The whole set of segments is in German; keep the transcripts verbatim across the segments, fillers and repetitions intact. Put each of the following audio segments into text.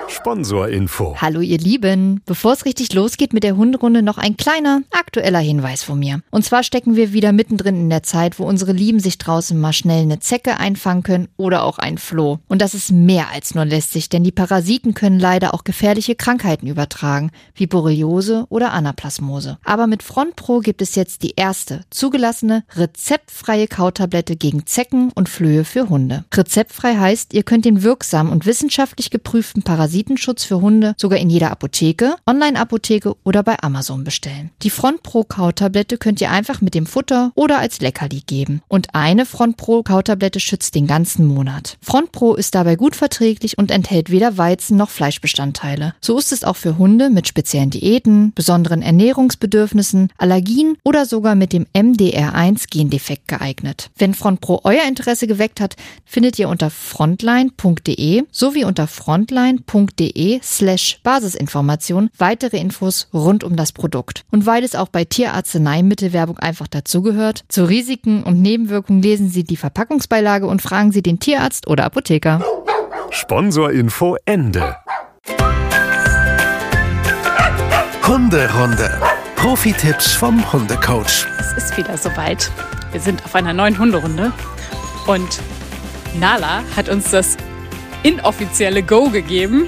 Sponsorinfo. Hallo ihr Lieben, bevor es richtig losgeht mit der Hunderunde, noch ein kleiner, aktueller Hinweis von mir. Und zwar stecken wir wieder mittendrin in der Zeit, wo unsere Lieben sich draußen mal schnell eine Zecke einfangen können oder auch ein Floh. Und das ist mehr als nur lästig, denn die Parasiten können leider auch gefährliche Krankheiten übertragen, wie Borreliose oder Anaplasmose. Aber mit FrontPro gibt es jetzt die erste, zugelassene, rezeptfreie Kautablette gegen Zecken und Flöhe für Hunde. Rezeptfrei heißt, ihr könnt den wirksamen und wissenschaftlich geprüften Parasitenschutz für Hunde sogar in jeder Apotheke, Online-Apotheke oder bei Amazon bestellen. Die FrontPro-Kautablette könnt ihr einfach mit dem Futter oder als Leckerli geben. Und eine FrontPro-Kautablette schützt den ganzen Monat. FrontPro ist dabei gut verträglich und enthält weder Weizen noch Fleischbestandteile. So ist es auch für Hunde mit speziellen Diäten, besonderen Ernährungsbedürfnissen, Allergien oder sogar mit dem M D R eins Gendefekt geeignet. Wenn FrontPro euer Interesse geweckt hat, findet ihr unter frontline punkt de sowie unter frontline punkt de slash Basisinformation weitere Infos rund um das Produkt. Und weil es auch bei Tierarzneimittelwerbung einfach dazugehört, zu Risiken und Nebenwirkungen lesen Sie die Verpackungsbeilage und fragen Sie den Tierarzt oder Apotheker. Sponsorinfo Ende. Hunderunde. Profi-Tipps vom Hundecoach. Es ist wieder soweit. Wir sind auf einer neuen Hunderunde und Nala hat uns das inoffizielle Go gegeben,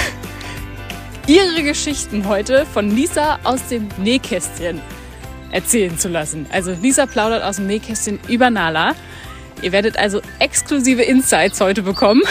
ihre Geschichten heute von Lisa aus dem Nähkästchen erzählen zu lassen. Also Lisa plaudert aus dem Nähkästchen über Nala. Ihr werdet also exklusive Insights heute bekommen.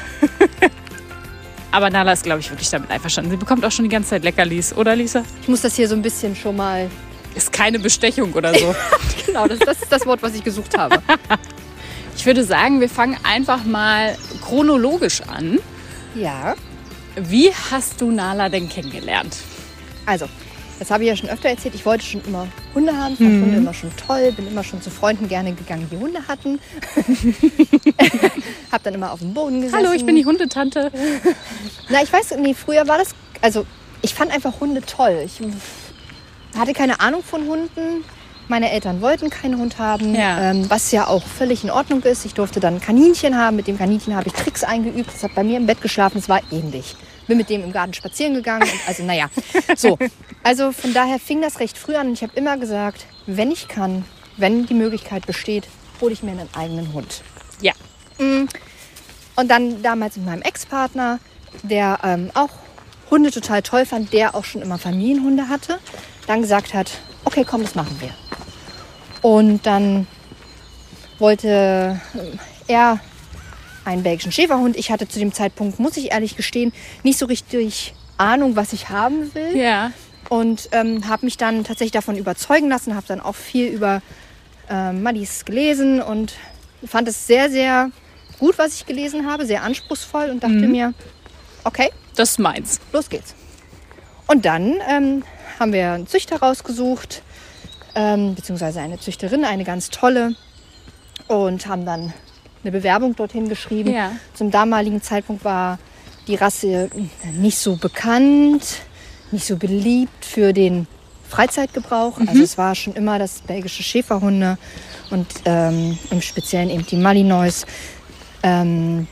Aber Nala ist, glaube ich, wirklich damit einverstanden. Sie bekommt auch schon die ganze Zeit Leckerlis, oder Lisa? Ich muss das hier so ein bisschen schon mal... Ist keine Bestechung oder so. Genau, das, das ist das Wort, was ich gesucht habe. Ich würde sagen, wir fangen einfach mal chronologisch an. Ja. Wie hast du Nala denn kennengelernt? Also, das habe ich ja schon öfter erzählt. Ich wollte schon immer Hunde haben, fand mhm. Hunde immer schon toll, bin immer schon zu Freunden gerne gegangen, die Hunde hatten. Hab dann immer auf dem Boden gesessen. Hallo, ich bin die Hundetante. Na, ich weiß, nee, früher war das, also ich fand einfach Hunde toll. Ich hatte keine Ahnung von Hunden. Meine Eltern wollten keinen Hund haben, ja. ähm, was ja auch völlig in Ordnung ist. Ich durfte dann ein Kaninchen haben. Mit dem Kaninchen habe ich Tricks eingeübt. Das hat bei mir im Bett geschlafen. Es war ähnlich. Bin mit dem im Garten spazieren gegangen. Und also naja, so. Also von daher fing das recht früh an. Und ich habe immer gesagt, wenn ich kann, wenn die Möglichkeit besteht, hole ich mir einen eigenen Hund. Ja. Und dann damals mit meinem Ex-Partner, der ähm, auch Hunde total toll fand, der auch schon immer Familienhunde hatte, dann gesagt hat, okay, komm, das machen wir. Und dann wollte er einen belgischen Schäferhund. Ich hatte zu dem Zeitpunkt, muss ich ehrlich gestehen, nicht so richtig Ahnung, was ich haben will. Ja. Und ähm, habe mich dann tatsächlich davon überzeugen lassen, habe dann auch viel über ähm, Maddis gelesen und fand es sehr, sehr gut, was ich gelesen habe, sehr anspruchsvoll und dachte mhm. mir, okay, das ist meins. Los geht's. Und dann ähm, haben wir einen Züchter rausgesucht, ähm, beziehungsweise eine Züchterin, eine ganz tolle, und haben dann eine Bewerbung dorthin geschrieben. Ja. Zum damaligen Zeitpunkt war die Rasse nicht so bekannt, nicht so beliebt für den Freizeitgebrauch. Mhm. Also es war schon immer das belgische Schäferhunde und ähm, im Speziellen eben die Malinois ähm,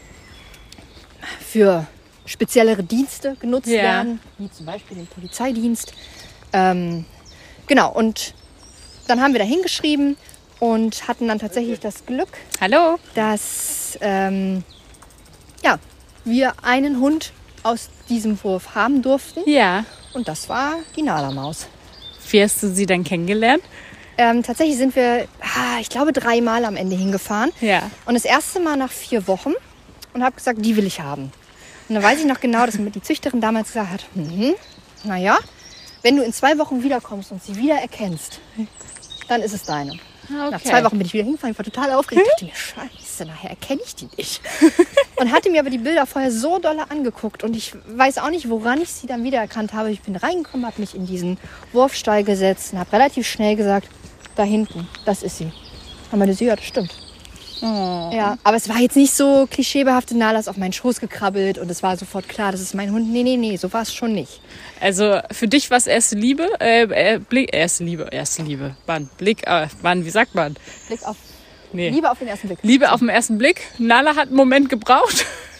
für speziellere Dienste genutzt ja. werden, wie zum Beispiel den Polizeidienst. Ähm, genau, und dann haben wir da hingeschrieben und hatten dann tatsächlich das Glück, Hallo. dass ähm, ja, wir einen Hund aus diesem Wurf haben durften. Ja. Und das war die Nala-Maus. Wie hast du sie dann kennengelernt? Ähm, tatsächlich sind wir, ah, ich glaube, dreimal am Ende hingefahren. Ja. Und das erste Mal nach vier Wochen und habe gesagt, die will ich haben. Und dann weiß ich noch genau, dass mir die Züchterin damals gesagt hat, hm, naja, wenn du in zwei Wochen wiederkommst und sie wieder erkennst, dann ist es deine. Okay. Nach zwei Wochen bin ich wieder hingefahren, ich war total aufgeregt. Ich dachte mir, scheiße, nachher erkenne ich die nicht. Und hatte mir aber die Bilder vorher so doll angeguckt. Und ich weiß auch nicht, woran ich sie dann wiedererkannt habe. Ich bin reingekommen, habe mich in diesen Wurfstall gesetzt und habe relativ schnell gesagt, da hinten, das ist sie. Und meine sie, ja, das stimmt. Oh. Ja, aber es war jetzt nicht so klischeebehaftet, Nala ist auf meinen Schoß gekrabbelt und es war sofort klar, das ist mein Hund. Nee, nee, nee, so war es schon nicht. Also für dich war es erste Liebe, äh, äh, Blick, erste Liebe, erste Liebe, Mann, Blick, äh, Mann, wie sagt man? Blick auf, nee. Liebe auf den ersten Blick. Liebe auf den ersten Blick. Nala hat einen Moment gebraucht.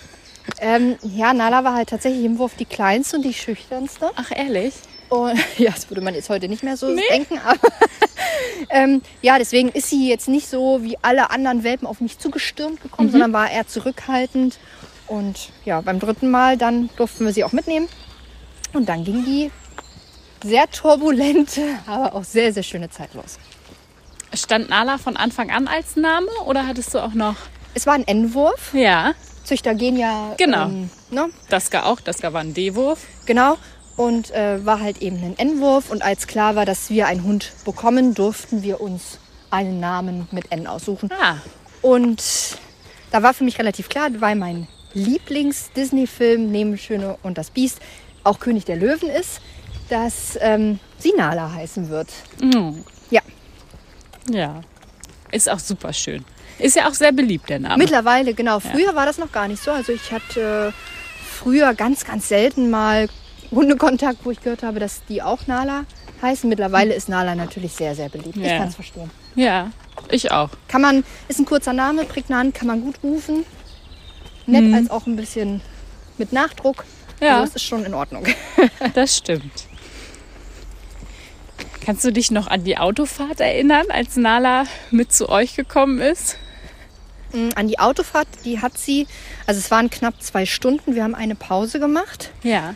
Ähm, ja, Nala war halt tatsächlich im Wurf die kleinste und die schüchternste. Ach, ehrlich? Und, ja, das würde man jetzt heute nicht mehr so Nee. denken. Aber ähm, ja, deswegen ist sie jetzt nicht so wie alle anderen Welpen auf mich zugestürmt gekommen, Mhm. sondern war eher zurückhaltend. Und ja, beim dritten Mal dann durften wir sie auch mitnehmen. Und dann ging die sehr turbulente, aber auch sehr, sehr schöne Zeit los. Stand Nala von Anfang an als Name oder hattest du auch noch... Es war ein N-Wurf. Ja, Züchter gehen ja... Genau. Ähm, ne? Daska auch. Daska war ein D-Wurf. Genau. Und äh, war halt eben ein N-Wurf. Und als klar war, dass wir einen Hund bekommen, durften wir uns einen Namen mit N aussuchen. Ah, Und da war für mich relativ klar, weil mein Lieblings-Disney-Film neben Schöne und das Biest auch König der Löwen ist, dass ähm, sie Nala heißen wird. mhm. Ja, Ja. Ist auch super schön. Ist ja auch sehr beliebt, der Name. mittlerweile, genau. Früher war das noch gar nicht so. Also ich hatte früher ganz, ganz selten mal Hundekontakt, wo ich gehört habe, dass die auch Nala heißen. Mittlerweile ist Nala natürlich sehr, sehr beliebt. Ich Ja. kann es verstehen. Ja, ich auch. Kann man, ist ein kurzer Name, prägnant, kann man gut rufen. Nett Mhm. als auch ein bisschen mit Nachdruck. Ja. Also es ist schon in Ordnung. Das stimmt. Kannst du dich noch an die Autofahrt erinnern, als Nala mit zu euch gekommen ist? An die Autofahrt, die hat sie, also es waren knapp zwei Stunden, wir haben eine Pause gemacht. Ja.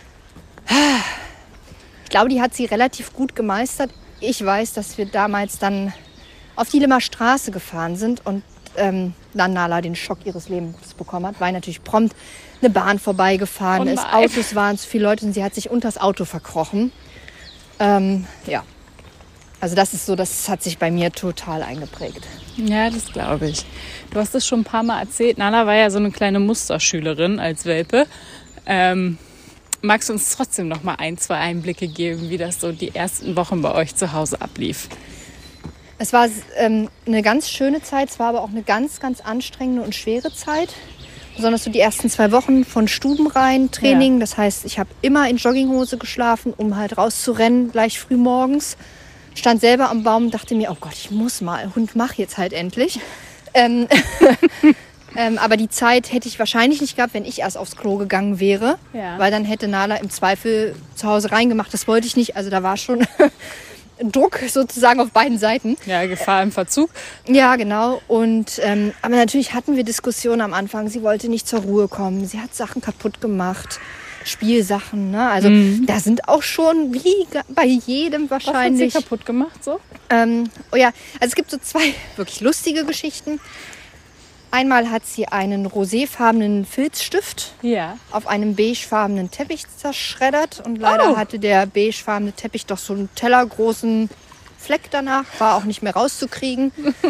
Ich glaube, die hat sie relativ gut gemeistert. Ich weiß, dass wir damals dann auf die Limmer Straße gefahren sind und ähm, dann Nala den Schock ihres Lebens bekommen hat, weil natürlich prompt eine Bahn vorbeigefahren Oh ist, nein. Autos waren zu viele Leute und sie hat sich unters Auto verkrochen. Ähm, ja, also das ist so, das hat sich bei mir total eingeprägt. Ja, das glaube ich. Du hast es schon ein paar Mal erzählt. Nala war ja so eine kleine Musterschülerin als Welpe. Ähm, magst du uns trotzdem noch mal ein, zwei Einblicke geben, wie das so die ersten Wochen bei euch zu Hause ablief? Es war ähm, eine ganz schöne Zeit, es war aber auch eine ganz, ganz anstrengende und schwere Zeit. Besonders so die ersten zwei Wochen von Stubenrein Training. Ja. Das heißt, ich habe immer in Jogginghose geschlafen, um halt rauszurennen, gleich früh morgens. Stand selber am Baum und dachte mir, oh Gott, ich muss mal, Hund, mach jetzt halt endlich. ähm, ähm, aber die Zeit hätte ich wahrscheinlich nicht gehabt, wenn ich erst aufs Klo gegangen wäre. Ja. Weil dann hätte Nala im Zweifel zu Hause reingemacht. Das wollte ich nicht. Also da war schon Druck sozusagen auf beiden Seiten. Ja, Gefahr im Verzug. Ja, genau. Und ähm, aber natürlich hatten wir Diskussionen am Anfang. Sie wollte nicht zur Ruhe kommen. Sie hat Sachen kaputt gemacht. Spielsachen, ne? Also da sind auch schon, wie ga- bei jedem Was hat sie wahrscheinlich. kaputt gemacht so? Ähm, oh ja, also es gibt so zwei wirklich lustige Geschichten. Einmal hat sie einen roséfarbenen Filzstift Ja. auf einem beigefarbenen Teppich zerschreddert und leider Oh. hatte der beigefarbene Teppich doch so einen tellergroßen Fleck danach, war auch nicht mehr rauszukriegen.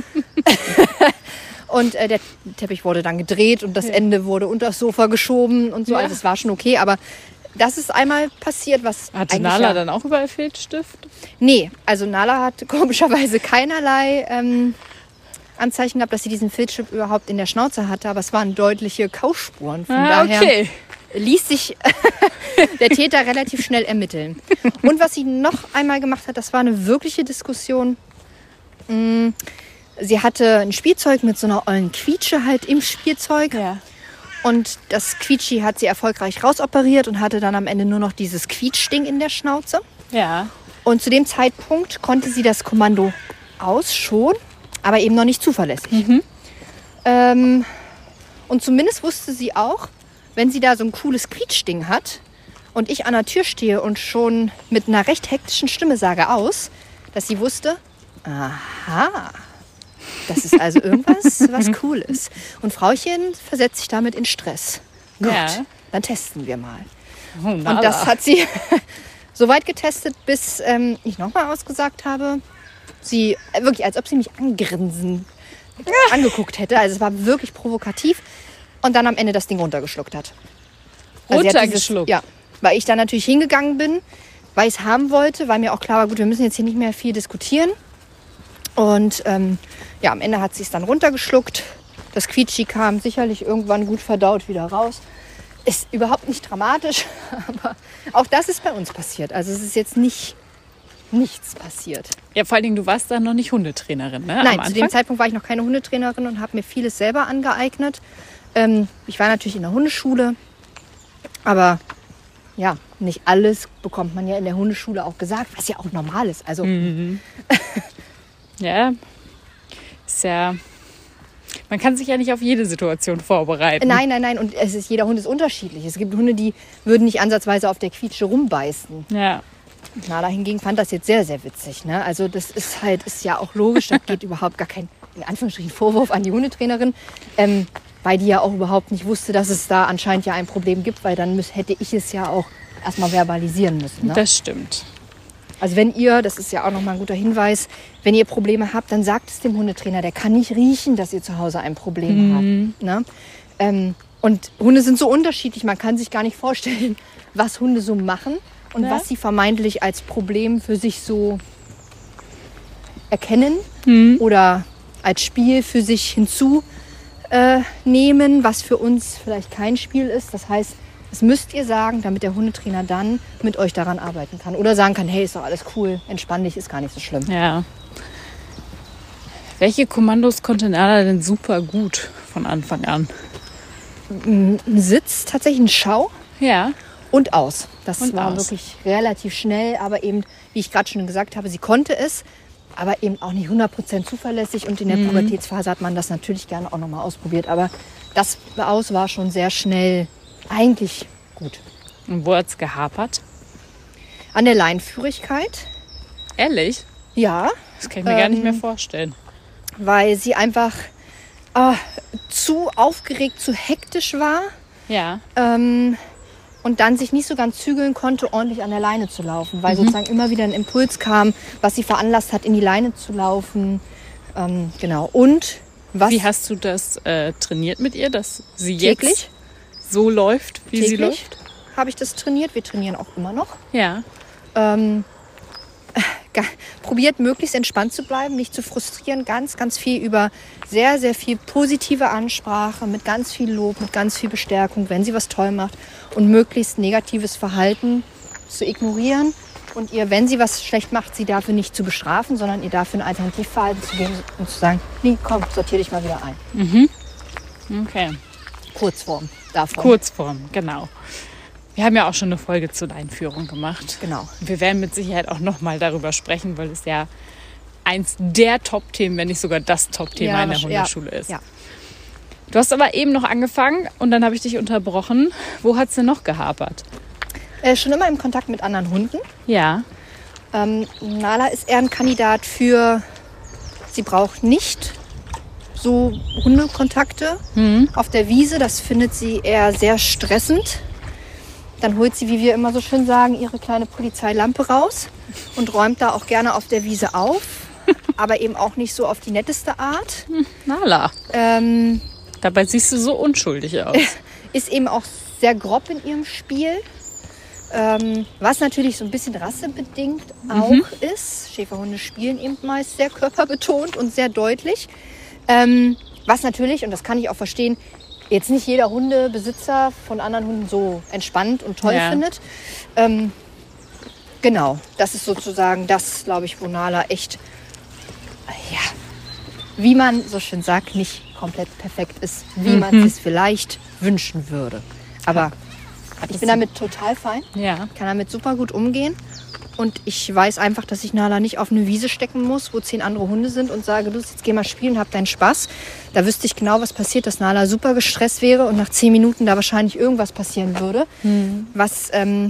Und äh, der Teppich wurde dann gedreht und das Ende wurde unter das Sofa geschoben und so. Ja. Also es war schon okay, aber das ist einmal passiert, was Hatte eigentlich Nala ja, dann auch überall Filzstift? Nee, also Nala hat komischerweise keinerlei ähm, Anzeichen gehabt, dass sie diesen Filzstift überhaupt in der Schnauze hatte, aber es waren deutliche Kauspuren. Von Ah, daher okay. ließ sich der Täter relativ schnell ermitteln. Und was sie noch einmal gemacht hat, das war eine wirkliche Diskussion. Mm, Sie hatte ein Spielzeug mit so einer ollen Quietsche halt im Spielzeug. Ja. Und das Quietschi hat sie erfolgreich rausoperiert und hatte dann am Ende nur noch dieses Quietschding in der Schnauze. Ja. Und zu dem Zeitpunkt konnte sie das Kommando aus schon, aber eben noch nicht zuverlässig. Ähm, und zumindest wusste sie auch, wenn sie da so ein cooles Quietschding hat und ich an der Tür stehe und schon mit einer recht hektischen Stimme sage aus, dass sie wusste, aha, das ist also irgendwas, was cool ist. Und Frauchen versetzt sich damit in Stress. Gut, Ja. dann testen wir mal. Oh, Und das hat sie so weit getestet, bis ähm, ich nochmal ausgesagt habe. Sie, äh, wirklich, als ob sie mich angrinsen angeguckt hätte. Also es war wirklich provokativ. Und dann am Ende das Ding runtergeschluckt hat. Also sie hat Runtergeschluckt? Ja, weil ich dann natürlich hingegangen bin, weil ich es haben wollte, weil mir auch klar war, gut, wir müssen jetzt hier nicht mehr viel diskutieren. Und ähm, ja, am Ende hat sie es dann runtergeschluckt. Das Quietschi kam sicherlich irgendwann gut verdaut wieder raus. Ist überhaupt nicht dramatisch, aber auch das ist bei uns passiert. Also es ist jetzt nicht nichts passiert. Ja, vor allen Dingen, du warst dann noch nicht Hundetrainerin, ne? Nein, Am zu dem Anfang? Zeitpunkt war ich noch keine Hundetrainerin und habe mir vieles selber angeeignet. Ähm, ich war natürlich in der Hundeschule, aber ja, nicht alles bekommt man ja in der Hundeschule auch gesagt, was ja auch normal ist. Also Mhm. Ja, ist ja... Man kann sich ja nicht auf jede Situation vorbereiten. nein, nein, nein. Und es ist, jeder Hund ist unterschiedlich. Es gibt Hunde, die würden nicht ansatzweise auf der Quietsche rumbeißen. Ja. Nala hingegen fand das jetzt sehr, sehr witzig. Ne? Also das ist halt, ist ja auch logisch. Da geht überhaupt gar kein, in Anführungsstrichen, Vorwurf an die Hundetrainerin. Ähm, weil die ja auch überhaupt nicht wusste, dass es da anscheinend ja ein Problem gibt. Weil dann müß, hätte ich es ja auch erstmal verbalisieren müssen. Ne? Das stimmt. Also wenn ihr, das ist ja auch nochmal ein guter Hinweis, wenn ihr Probleme habt, dann sagt es dem Hundetrainer. Der kann nicht riechen, dass ihr zu Hause ein Problem Mhm. habt. Ne? Ähm, und Hunde sind so unterschiedlich. Man kann sich gar nicht vorstellen, was Hunde so machen und Ja. was sie vermeintlich als Problem für sich so erkennen Mhm. oder als Spiel für sich hinzunehmen, äh, nehmen, was für uns vielleicht kein Spiel ist. Das heißt, das müsst ihr sagen, damit der Hundetrainer dann mit euch daran arbeiten kann. Oder sagen kann, hey, ist doch alles cool, entspann dich, ist gar nicht so schlimm. Ja. Welche Kommandos konnte Nala denn super gut von Anfang an? Ein Sitz, tatsächlich ein Schau Ja. und aus. Das Und war aus. wirklich relativ schnell, aber eben, wie ich gerade schon gesagt habe, sie konnte es, aber eben auch nicht hundert Prozent zuverlässig. Und in der Pubertätsphase hat man das natürlich gerne auch nochmal ausprobiert. Aber das aus war schon sehr schnell eigentlich gut. Und wo hat's gehapert? An der Leinführigkeit, Ehrlich? ja, Das kann ich mir gar nicht Ähm, mehr vorstellen. weil sie einfach ah, zu aufgeregt, zu hektisch war Ja. ähm, und dann sich nicht so ganz zügeln konnte, ordentlich an der Leine zu laufen, weil sozusagen immer wieder ein Impuls kam, was sie veranlasst hat, in die Leine zu laufen. Ähm, genau. Und was Wie hast du das äh, trainiert mit ihr, dass sie täglich, jetzt so läuft, wie sie täglich läuft? habe ich das trainiert. Wir trainieren auch immer noch. Ja. Ähm, ge- probiert möglichst entspannt zu bleiben, nicht zu frustrieren. Ganz, ganz viel über sehr, sehr viel positive Ansprache, mit ganz viel Lob, mit ganz viel Bestärkung, wenn sie was toll macht. Und möglichst negatives Verhalten zu ignorieren. Und ihr, wenn sie was schlecht macht, sie dafür nicht zu bestrafen, sondern ihr dafür ein Alternativverhalten zu geben und zu sagen, nee, komm, sortier dich mal wieder ein. Okay. Kurzform davon. Kurzform, genau. Wir haben ja auch schon eine Folge zur Leinführung gemacht. Genau. Wir werden mit Sicherheit auch nochmal darüber sprechen, weil es ja eins der Top-Themen, wenn nicht sogar das Top-Thema Ja, in der wasch- Hundeschule ja, ist. ja. Du hast aber eben noch angefangen und dann habe ich dich unterbrochen. Wo hat es denn noch gehapert? Äh, schon immer im Kontakt mit anderen Hunden. Ja. Ähm, Nala ist eher ein Kandidat für, sie braucht nicht so Hundekontakte auf der Wiese. Das findet sie eher sehr stressend. Dann holt sie, wie wir immer so schön sagen, ihre kleine Polizeilampe raus und räumt da auch gerne auf der Wiese auf, aber eben auch nicht so auf die netteste Art. Nala. Ähm, Dabei siehst du so unschuldig aus. ist eben auch sehr grob in ihrem Spiel. Ähm, was natürlich so ein bisschen rassebedingt auch ist. Schäferhunde spielen eben meist sehr körperbetont und sehr deutlich. Ähm, was natürlich, und das kann ich auch verstehen, jetzt nicht jeder Hundebesitzer von anderen Hunden so entspannt und toll Ja. findet. Ähm, genau, das ist sozusagen das, glaube ich, wo Nala echt, ja, wie man so schön sagt, nicht komplett perfekt ist, wie man es vielleicht wünschen würde. Aber ich bin damit total fein, Ja. kann damit super gut umgehen. Und ich weiß einfach, dass ich Nala nicht auf eine Wiese stecken muss, wo zehn andere Hunde sind und sage, du, jetzt geh mal spielen, hab deinen Spaß. Da wüsste ich genau, was passiert, dass Nala super gestresst wäre und nach zehn Minuten da wahrscheinlich irgendwas passieren würde, was ähm,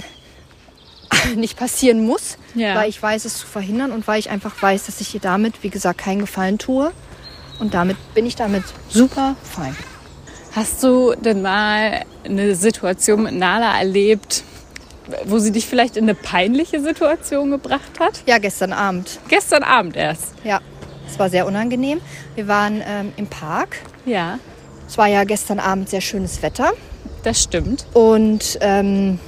nicht passieren muss, Ja. weil ich weiß, es zu verhindern und weil ich einfach weiß, dass ich ihr damit, wie gesagt, keinen Gefallen tue. Und damit bin ich damit super fein. Hast du denn mal eine Situation mit Nala erlebt, wo sie dich vielleicht in eine peinliche Situation gebracht hat? Ja, gestern Abend. Gestern Abend erst. Ja, es war sehr unangenehm. Wir waren ähm, im Park. Ja, Es war ja gestern Abend sehr schönes Wetter. das stimmt. Und ähm,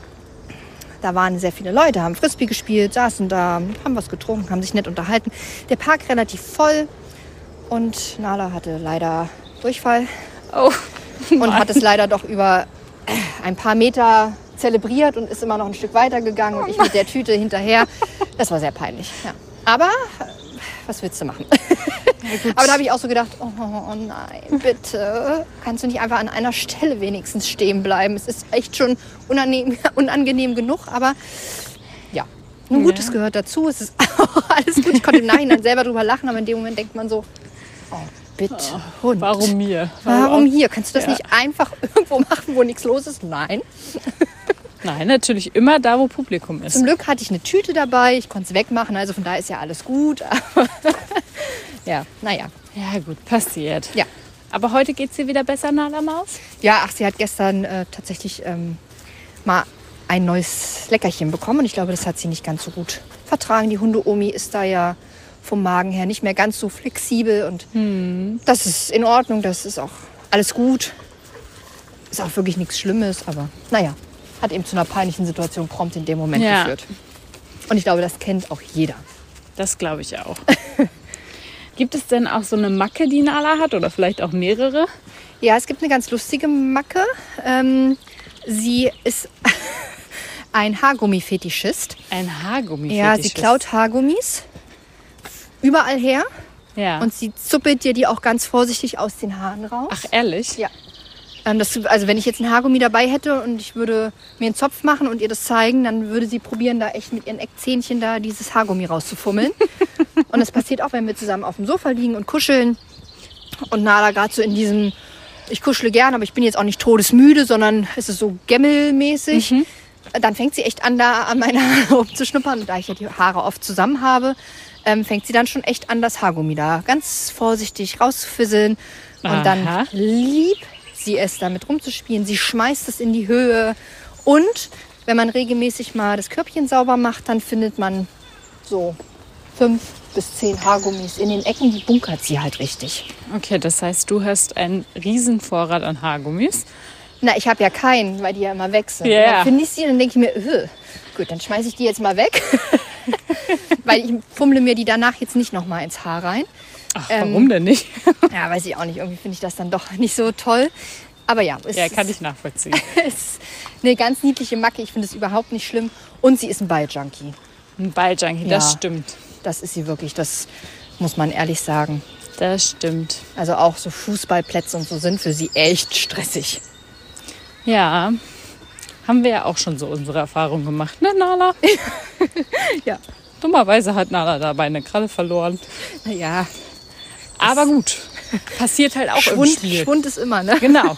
da waren sehr viele Leute, haben Frisbee gespielt, saßen da, haben was getrunken, haben sich nett unterhalten. Der Park relativ voll und Nala hatte leider Durchfall Oh, und hat es leider doch über ein paar Meter zelebriert und ist immer noch ein Stück weiter gegangen und ich mit der Tüte hinterher. Das war sehr peinlich. Ja. Aber äh, was willst du machen? Aber da habe ich auch so gedacht, oh nein, bitte, kannst du nicht einfach an einer Stelle wenigstens stehen bleiben? Es ist echt schon unangenehm, unangenehm genug, aber ja, nun gut, es gehört dazu, es ist auch alles gut. Ich konnte im Nachhinein selber drüber lachen, aber in dem Moment denkt man so, oh bitte, oh, Hund. Warum mir? Warum hier? Kannst du das Ja. nicht einfach irgendwo machen, wo nichts los ist? Nein. Nein, natürlich immer da, wo Publikum ist. Zum Glück hatte ich eine Tüte dabei, ich konnte es wegmachen, also von daher ist ja alles gut. Aber ja, naja. Ja gut, passiert. Ja. Aber heute geht es dir wieder besser, Nala Maus? Ja, ach, sie hat gestern äh, tatsächlich ähm, mal ein neues Leckerchen bekommen und ich glaube, das hat sie nicht ganz so gut vertragen. Die Hunde-Omi ist da ja vom Magen her nicht mehr ganz so flexibel und hm. das ist in Ordnung, das ist auch alles gut. Ist auch wirklich nichts Schlimmes, aber naja, hat eben zu einer peinlichen Situation prompt in dem Moment Ja. geführt. Und ich glaube, das kennt auch jeder. Das glaube ich auch. Gibt es denn auch so eine Macke, die Nala hat oder vielleicht auch mehrere? Ja, es gibt eine ganz lustige Macke. Ähm, sie ist ein Haargummi-Fetischist. Ein Haargummi. Ja, sie klaut Haargummis überall her Ja. und sie zuppelt dir die auch ganz vorsichtig aus den Haaren raus. Ach, ehrlich? Ja. Ähm, das, also wenn ich jetzt ein Haargummi dabei hätte und ich würde mir einen Zopf machen und ihr das zeigen, dann würde sie probieren, da echt mit ihren Eckzähnchen da dieses Haargummi rauszufummeln. Und das passiert auch, wenn wir zusammen auf dem Sofa liegen und kuscheln. Und Nala gerade so in diesem, ich kuschle gern, aber ich bin jetzt auch nicht todesmüde, sondern es ist so gemmelmäßig. Mhm. Dann fängt sie echt an, da an meine Haare rumzuschnuppern. Und da ich ja die Haare oft zusammen habe, ähm, fängt sie dann schon echt an, das Haargummi da ganz vorsichtig rauszufisseln. Und Aha. dann liebt sie es, damit rumzuspielen. Sie schmeißt es in die Höhe. Und wenn man regelmäßig mal das Körbchen sauber macht, dann findet man so fünf bis zehn Haargummis in den Ecken. Die bunkert sie halt richtig. Okay, das heißt, du hast einen riesen Vorrat an Haargummis. Na, ich habe ja keinen, weil die ja immer weg sind. Ja. Und dann finde ich sie und dann denke ich mir, öh, gut, dann schmeiße ich die jetzt mal weg. Weil ich fummle mir die danach jetzt nicht nochmal ins Haar rein. Ach, Ähm, warum denn nicht? Ja, weiß ich auch nicht. Irgendwie finde ich das dann doch nicht so toll. Aber ja, es Ja, kann ist, ich nachvollziehen. ist eine ganz niedliche Macke. Ich finde es überhaupt nicht schlimm. Und sie ist ein Balljunkie. Ein Balljunkie, das Ja. stimmt. Das ist sie wirklich. Das muss man ehrlich sagen. Das stimmt. Also auch so Fußballplätze und so sind für sie echt stressig. Ja, haben wir ja auch schon so unsere Erfahrungen gemacht, ne, Nala? Ja. Dummerweise hat Nala dabei eine Kralle verloren. Naja, Aber gut, passiert halt auch Schwund, im Spiel. Schwund ist immer, ne? Genau.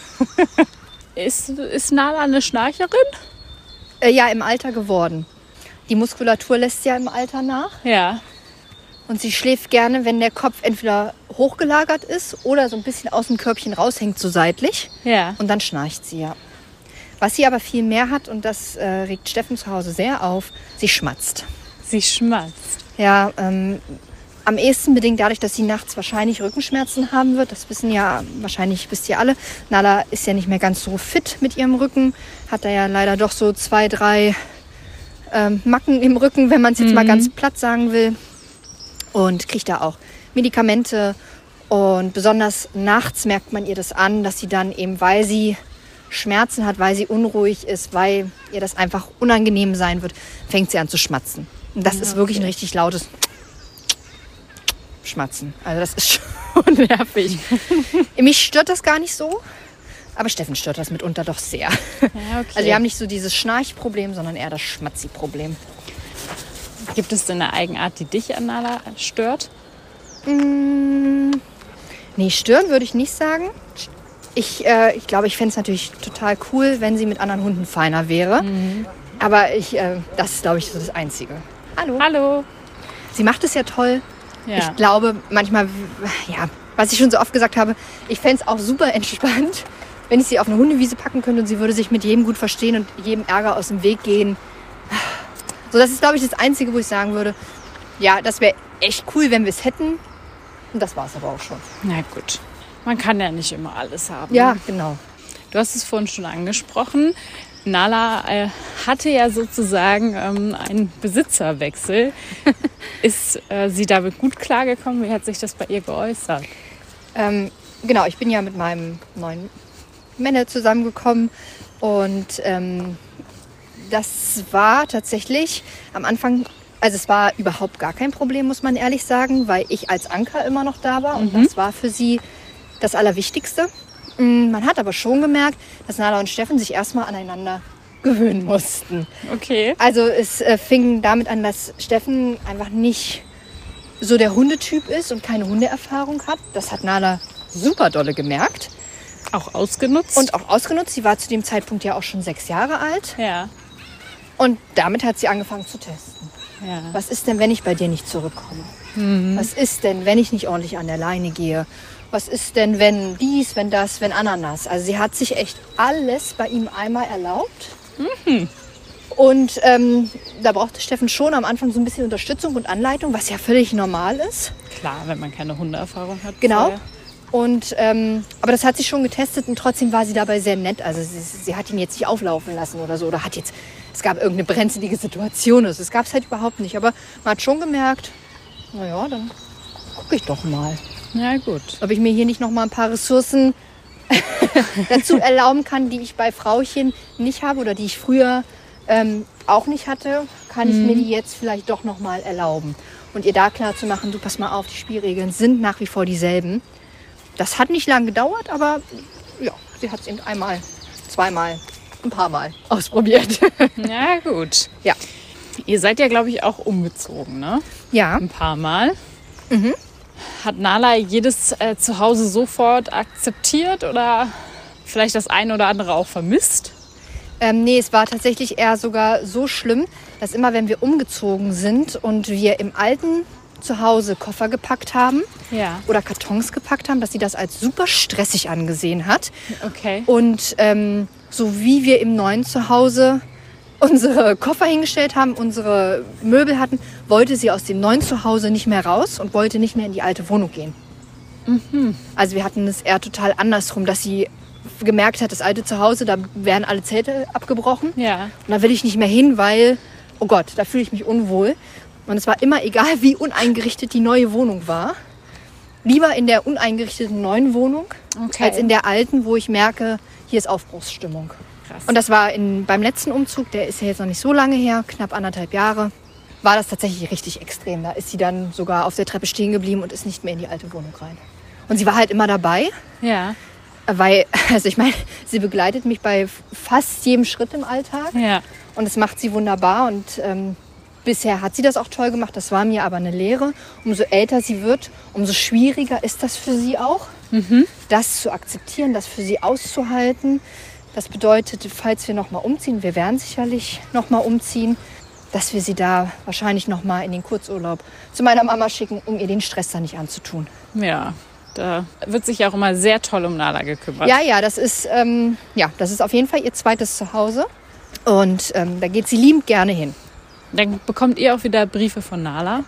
ist, ist Nala eine Schnarcherin? Äh, ja, im Alter geworden. Die Muskulatur lässt ja im Alter nach. Ja. Und sie schläft gerne, wenn der Kopf entweder hochgelagert ist oder so ein bisschen aus dem Körbchen raushängt, so seitlich. Ja. Und dann schnarcht sie, ja. Was sie aber viel mehr hat, und das äh, regt Steffen zu Hause sehr auf, sie schmatzt. Sie schmatzt. Ja, ähm, am ehesten bedingt dadurch, dass sie nachts wahrscheinlich Rückenschmerzen haben wird. Das wissen ja wahrscheinlich, wisst ihr alle. Nala ist ja nicht mehr ganz so fit mit ihrem Rücken. Hat da ja leider doch so zwei, drei ähm, Macken im Rücken, wenn man es jetzt Mhm. mal ganz platt sagen will. Und kriegt da auch Medikamente. Und besonders nachts merkt man ihr das an, dass sie dann eben, weil sie Schmerzen hat, weil sie unruhig ist, weil ihr das einfach unangenehm sein wird, fängt sie an zu schmatzen. Und das ist wirklich ein richtig lautes Schmatzen. Also das ist schon nervig. Mich stört das gar nicht so, aber Steffen stört das mitunter doch sehr. Ja, okay. Also wir haben nicht so dieses Schnarchproblem, sondern eher das Schmatzi-Problem. Gibt es denn eine Eigenart, die dich an Nala stört? Mm, nee, stören würde ich nicht sagen. Ich, äh, ich glaube, ich fände es natürlich total cool, wenn sie mit anderen Hunden feiner wäre. Aber ich, äh, das ist, glaube ich, so das Einzige. Hallo. Hallo. Sie macht es ja toll. Ja. Ich glaube, manchmal, ja, was ich schon so oft gesagt habe, ich fände es auch super entspannt, wenn ich sie auf eine Hundewiese packen könnte und sie würde sich mit jedem gut verstehen und jedem Ärger aus dem Weg gehen. So, das ist, glaube ich, das Einzige, wo ich sagen würde, ja, das wäre echt cool, wenn wir es hätten. Und das war es aber auch schon. Na gut. Man kann ja nicht immer alles haben. Ja, genau. Du hast es vorhin schon angesprochen. Nala äh, hatte ja sozusagen ähm, einen Besitzerwechsel. Ist äh, sie damit gut klargekommen? Wie hat sich das bei ihr geäußert? Ähm, genau, ich bin ja mit meinem neuen Männer zusammengekommen und ähm, das war tatsächlich am Anfang Also es war überhaupt gar kein Problem, muss man ehrlich sagen, weil ich als Anker immer noch da war. Und mhm. das war für sie das Allerwichtigste. Man hat aber schon gemerkt, dass Nala und Steffen sich erstmal aneinander gewöhnen mussten. Okay. Also es äh, fing damit an, dass Steffen einfach nicht so der Hundetyp ist und keine Hundeerfahrung hat. Das hat Nala super dolle gemerkt. Auch ausgenutzt? Und auch ausgenutzt. Sie war zu dem Zeitpunkt ja auch schon sechs Jahre alt. Ja. Und damit hat sie angefangen zu testen. Ja. Was ist denn, wenn ich bei dir nicht zurückkomme? Mhm. Was ist denn, wenn ich nicht ordentlich an der Leine gehe? Was ist denn, wenn dies, wenn das, wenn Ananas? Also sie hat sich echt alles bei ihm einmal erlaubt. Mhm. Und ähm, da brauchte Steffen schon am Anfang so ein bisschen Unterstützung und Anleitung, was ja völlig normal ist. Klar, wenn man keine Hundeerfahrung hat. Genau. Vorher. Und, ähm, aber das hat sie schon getestet und trotzdem war sie dabei sehr nett. Also sie, sie hat ihn jetzt nicht auflaufen lassen oder so. Oder hat jetzt, es gab irgendeine brenzlige Situation. Also das gab es halt überhaupt nicht. Aber man hat schon gemerkt, naja, dann gucke ich doch mal. Ja, gut. Ob ich mir hier nicht noch mal ein paar Ressourcen dazu erlauben kann, die ich bei Frauchen nicht habe oder die ich früher ähm, auch nicht hatte, kann ich Mhm. mir die jetzt vielleicht doch noch mal erlauben. Und ihr da klar zu machen, du pass mal auf, die Spielregeln sind nach wie vor dieselben. Das hat nicht lange gedauert, aber ja, sie hat es eben einmal, zweimal, ein paar Mal ausprobiert. Ja, gut. Ja. Ihr seid ja, glaube ich, auch umgezogen, ne? Ja. Ein paar Mal. Mhm. Hat Nala jedes äh, Zuhause sofort akzeptiert oder vielleicht das eine oder andere auch vermisst? Ähm, nee, es war tatsächlich eher sogar so schlimm, dass immer, wenn wir umgezogen sind und wir im alten Zuhause Koffer gepackt haben Ja. oder Kartons gepackt haben, dass sie das als super stressig angesehen hat. Okay. Und ähm, so wie wir im neuen Zuhause unsere Koffer hingestellt haben, unsere Möbel hatten, wollte sie aus dem neuen Zuhause nicht mehr raus und wollte nicht mehr in die alte Wohnung gehen. Mhm. Also wir hatten es eher total andersrum, dass sie gemerkt hat, das alte Zuhause, da werden alle Zelte abgebrochen. Ja. Und da will ich nicht mehr hin, weil, oh Gott, da fühle ich mich unwohl. Und es war immer egal, wie uneingerichtet die neue Wohnung war. Lieber in der uneingerichteten neuen Wohnung, Okay. als in der alten, wo ich merke, hier ist Aufbruchsstimmung. Krass. Und das war in, beim letzten Umzug, der ist ja jetzt noch nicht so lange her, knapp anderthalb Jahre, war das tatsächlich richtig extrem. Da ist sie dann sogar auf der Treppe stehen geblieben und ist nicht mehr in die alte Wohnung rein. Und sie war halt immer dabei, Ja. weil, also ich meine, sie begleitet mich bei fast jedem Schritt im Alltag. Ja. Und das macht sie wunderbar und ähm, bisher hat sie das auch toll gemacht. Das war mir aber eine Lehre. Umso älter sie wird, umso schwieriger ist das für sie auch, Mhm. das zu akzeptieren, das für sie auszuhalten. Das bedeutet, falls wir noch mal umziehen, wir werden sicherlich noch mal umziehen, dass wir sie da wahrscheinlich noch mal in den Kurzurlaub zu meiner Mama schicken, um ihr den Stress da nicht anzutun. Ja. Da wird sich ja auch immer sehr toll um Nala gekümmert. Ja, ja, das ist, ähm, ja, das ist auf jeden Fall ihr zweites Zuhause. Und ähm, da geht sie liebend gerne hin. Dann bekommt ihr auch wieder Briefe von Nala.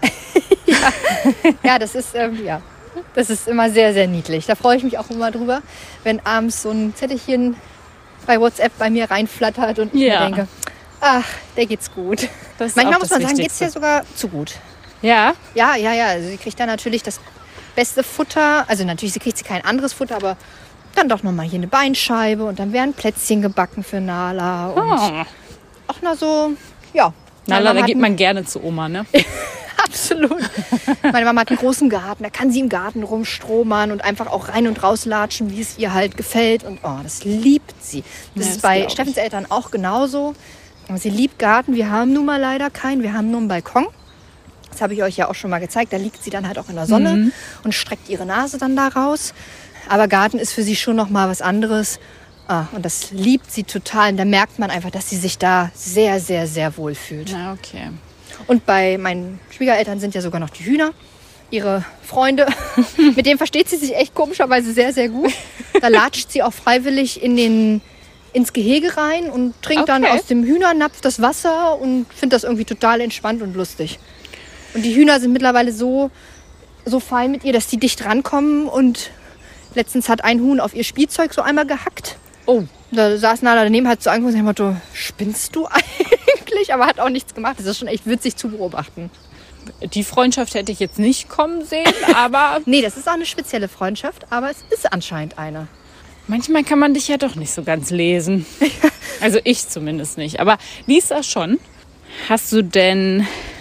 Ja, das ist, ähm, ja, das ist immer sehr, sehr niedlich. Da freue ich mich auch immer drüber, wenn abends so ein Zettelchen bei WhatsApp bei mir reinflattert und ich Ja. mir denke, ach, der geht's gut. Das ist Manchmal auch muss das man sagen, geht's Wichtigste. dir sogar zu gut. Ja. Ja, ja, ja. Also sie kriegt dann natürlich das beste Futter. Also natürlich sie kriegt sie kein anderes Futter, aber dann doch noch mal hier eine Beinscheibe und dann werden Plätzchen gebacken für Nala und Oh. auch noch so, ja. Nala, Meine da Mama geht hat man gerne zu Oma, ne? Absolut. Meine Mama hat einen großen Garten, da kann sie im Garten rumstromern und einfach auch rein und rauslatschen, wie es ihr halt gefällt. Und oh, das liebt sie. Das Ja, ist das bei glaub ich. Steffens Eltern auch genauso. Sie liebt Garten. Wir haben nun mal leider keinen. Wir haben nur einen Balkon. Das habe ich euch ja auch schon mal gezeigt. Da liegt sie dann halt auch in der Sonne Mhm. und streckt ihre Nase dann da raus. Aber Garten ist für sie schon noch mal was anderes. Ah, und das liebt sie total. Und da merkt man einfach, dass sie sich da sehr, sehr, sehr wohl fühlt. Na, okay. Und bei meinen Schwiegereltern sind ja sogar noch die Hühner, ihre Freunde. Mit denen versteht sie sich echt komischerweise sehr, sehr gut. Da latscht sie auch freiwillig in den, ins Gehege rein und trinkt dann Okay. aus dem Hühnernapf das Wasser und findet das irgendwie total entspannt und lustig. Und die Hühner sind mittlerweile so, so fein mit ihr, dass die dicht rankommen. Und letztens hat ein Huhn auf ihr Spielzeug so einmal gehackt. Oh. Da saß Nala daneben, hat so angeguckt und sagt, Motto, spinnst du eigentlich? Aber hat auch nichts gemacht. Das ist schon echt witzig zu beobachten. Die Freundschaft hätte ich jetzt nicht kommen sehen, aber Nee, das ist auch eine spezielle Freundschaft, aber es ist anscheinend eine. manchmal kann man dich ja doch nicht so ganz lesen. Also ich zumindest nicht. Aber Lisa schon. Hast du denn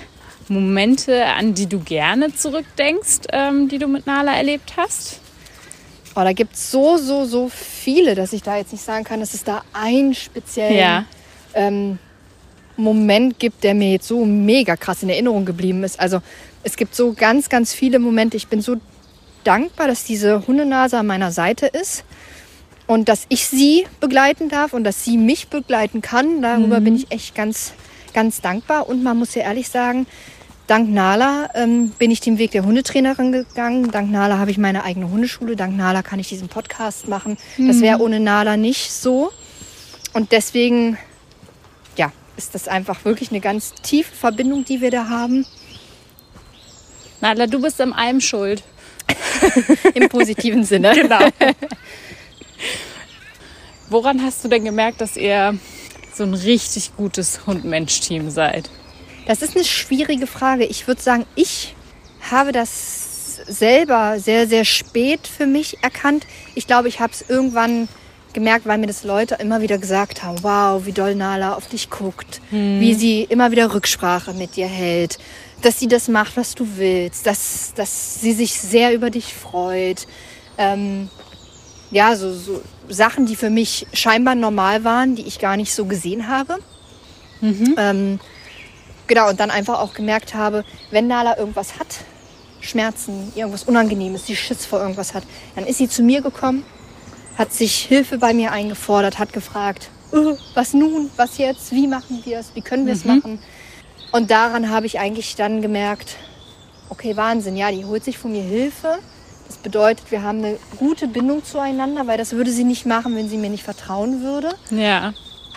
Momente, an die du gerne zurückdenkst, ähm, die du mit Nala erlebt hast? Oh, da gibt es so, so, so viele, dass ich da jetzt nicht sagen kann, dass es da einen speziellen Ja. ähm, Moment gibt, der mir jetzt so mega krass in Erinnerung geblieben ist. Also es gibt so ganz, ganz viele Momente. Ich bin so dankbar, dass diese Hundenase an meiner Seite ist und dass ich sie begleiten darf und dass sie mich begleiten kann. Darüber mhm. bin ich echt ganz, ganz dankbar. Und man muss ja ehrlich sagen, dank Nala ähm, bin ich den Weg der Hundetrainerin gegangen. Dank Nala habe ich meine eigene Hundeschule. Dank Nala kann ich diesen Podcast machen. Mhm. Das wäre ohne Nala nicht so. Und deswegen ja, ist das einfach wirklich eine ganz tiefe Verbindung, die wir da haben. Nala, du bist an allem schuld. Im positiven Sinne. Genau. Woran hast du denn gemerkt, dass ihr so ein richtig gutes Hund-Mensch-Team seid? Das ist eine schwierige Frage. Ich würde sagen, ich habe das selber sehr, sehr spät für mich erkannt. Ich glaube, ich habe es irgendwann gemerkt, weil mir das Leute immer wieder gesagt haben, wow, wie doll Nala auf dich guckt, hm. wie sie immer wieder Rücksprache mit dir hält, dass sie das macht, was du willst, dass, dass sie sich sehr über dich freut. Ähm, ja, so, so Sachen, die für mich scheinbar normal waren, die ich gar nicht so gesehen habe. Mhm. Ähm, genau, und dann einfach auch gemerkt habe, wenn Nala irgendwas hat, Schmerzen, irgendwas Unangenehmes, die Schiss vor irgendwas hat, dann ist sie zu mir gekommen, hat sich Hilfe bei mir eingefordert, hat gefragt, uh, was nun, was jetzt, wie machen wir es, wie können wir es mhm. machen. Und daran habe ich eigentlich dann gemerkt, okay, Wahnsinn, ja, die holt sich von mir Hilfe. Das bedeutet, wir haben eine gute Bindung zueinander, weil das würde sie nicht machen, wenn sie mir nicht vertrauen würde. Ja.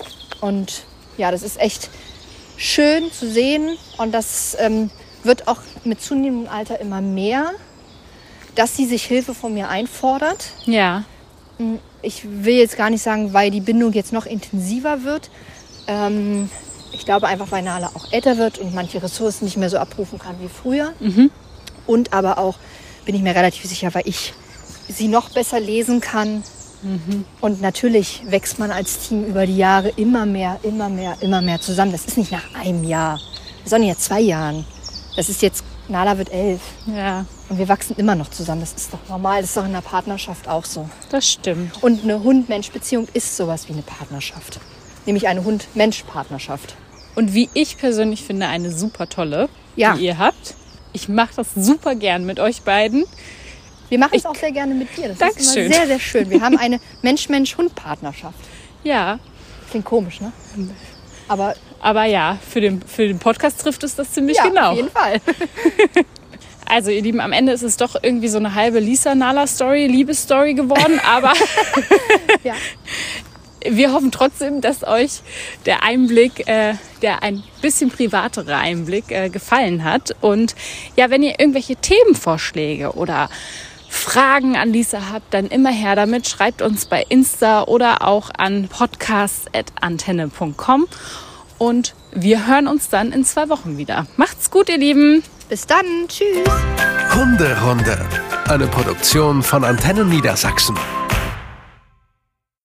Und ja, das ist echt schön zu sehen und das ähm, wird auch mit zunehmendem Alter immer mehr, dass sie sich Hilfe von mir einfordert. Ja. Ich will jetzt gar nicht sagen, weil die Bindung jetzt noch intensiver wird. Ähm, ich glaube einfach, weil Nala auch älter wird und manche Ressourcen nicht mehr so abrufen kann wie früher. Mhm. Und aber auch, bin ich mir relativ sicher, weil ich sie noch besser lesen kann. Mhm. Und natürlich wächst man als Team über die Jahre immer mehr, immer mehr, immer mehr zusammen. Das ist nicht nach einem Jahr, sondern jetzt zwei Jahren. Das ist jetzt, Nala wird elf. Ja. Und wir wachsen immer noch zusammen. Das ist doch normal. Das ist doch in einer Partnerschaft auch so. Das stimmt. Und eine Hund-Mensch-Beziehung ist sowas wie eine Partnerschaft. Nämlich eine Hund-Mensch-Partnerschaft. Und wie ich persönlich finde, eine super tolle, ja. die ihr habt. Ich mache das super gern mit euch beiden. Wir machen ich, es auch sehr gerne mit dir. Das Dankeschön. ist immer sehr, sehr schön. Wir haben eine Mensch-Mensch-Hund-Partnerschaft. Ja. Klingt komisch, ne? Aber, Aber ja, für den, für den Podcast trifft es das ziemlich ja, genau. auf jeden Fall. Also ihr Lieben, am Ende ist es doch irgendwie so eine halbe Lisa-Nala-Story, Liebesstory geworden. Aber ja. wir hoffen trotzdem, dass euch der Einblick, äh, der ein bisschen privatere Einblick äh, gefallen hat. Und ja, wenn ihr irgendwelche Themenvorschläge oder Fragen an Lisa habt, dann immer her damit. Schreibt uns bei Insta oder auch an podcast at antenne punkt com. Und wir hören uns dann in zwei Wochen wieder. Macht's gut, ihr Lieben. Bis dann. Tschüss. Hunderunde. Eine Produktion von Antenne Niedersachsen.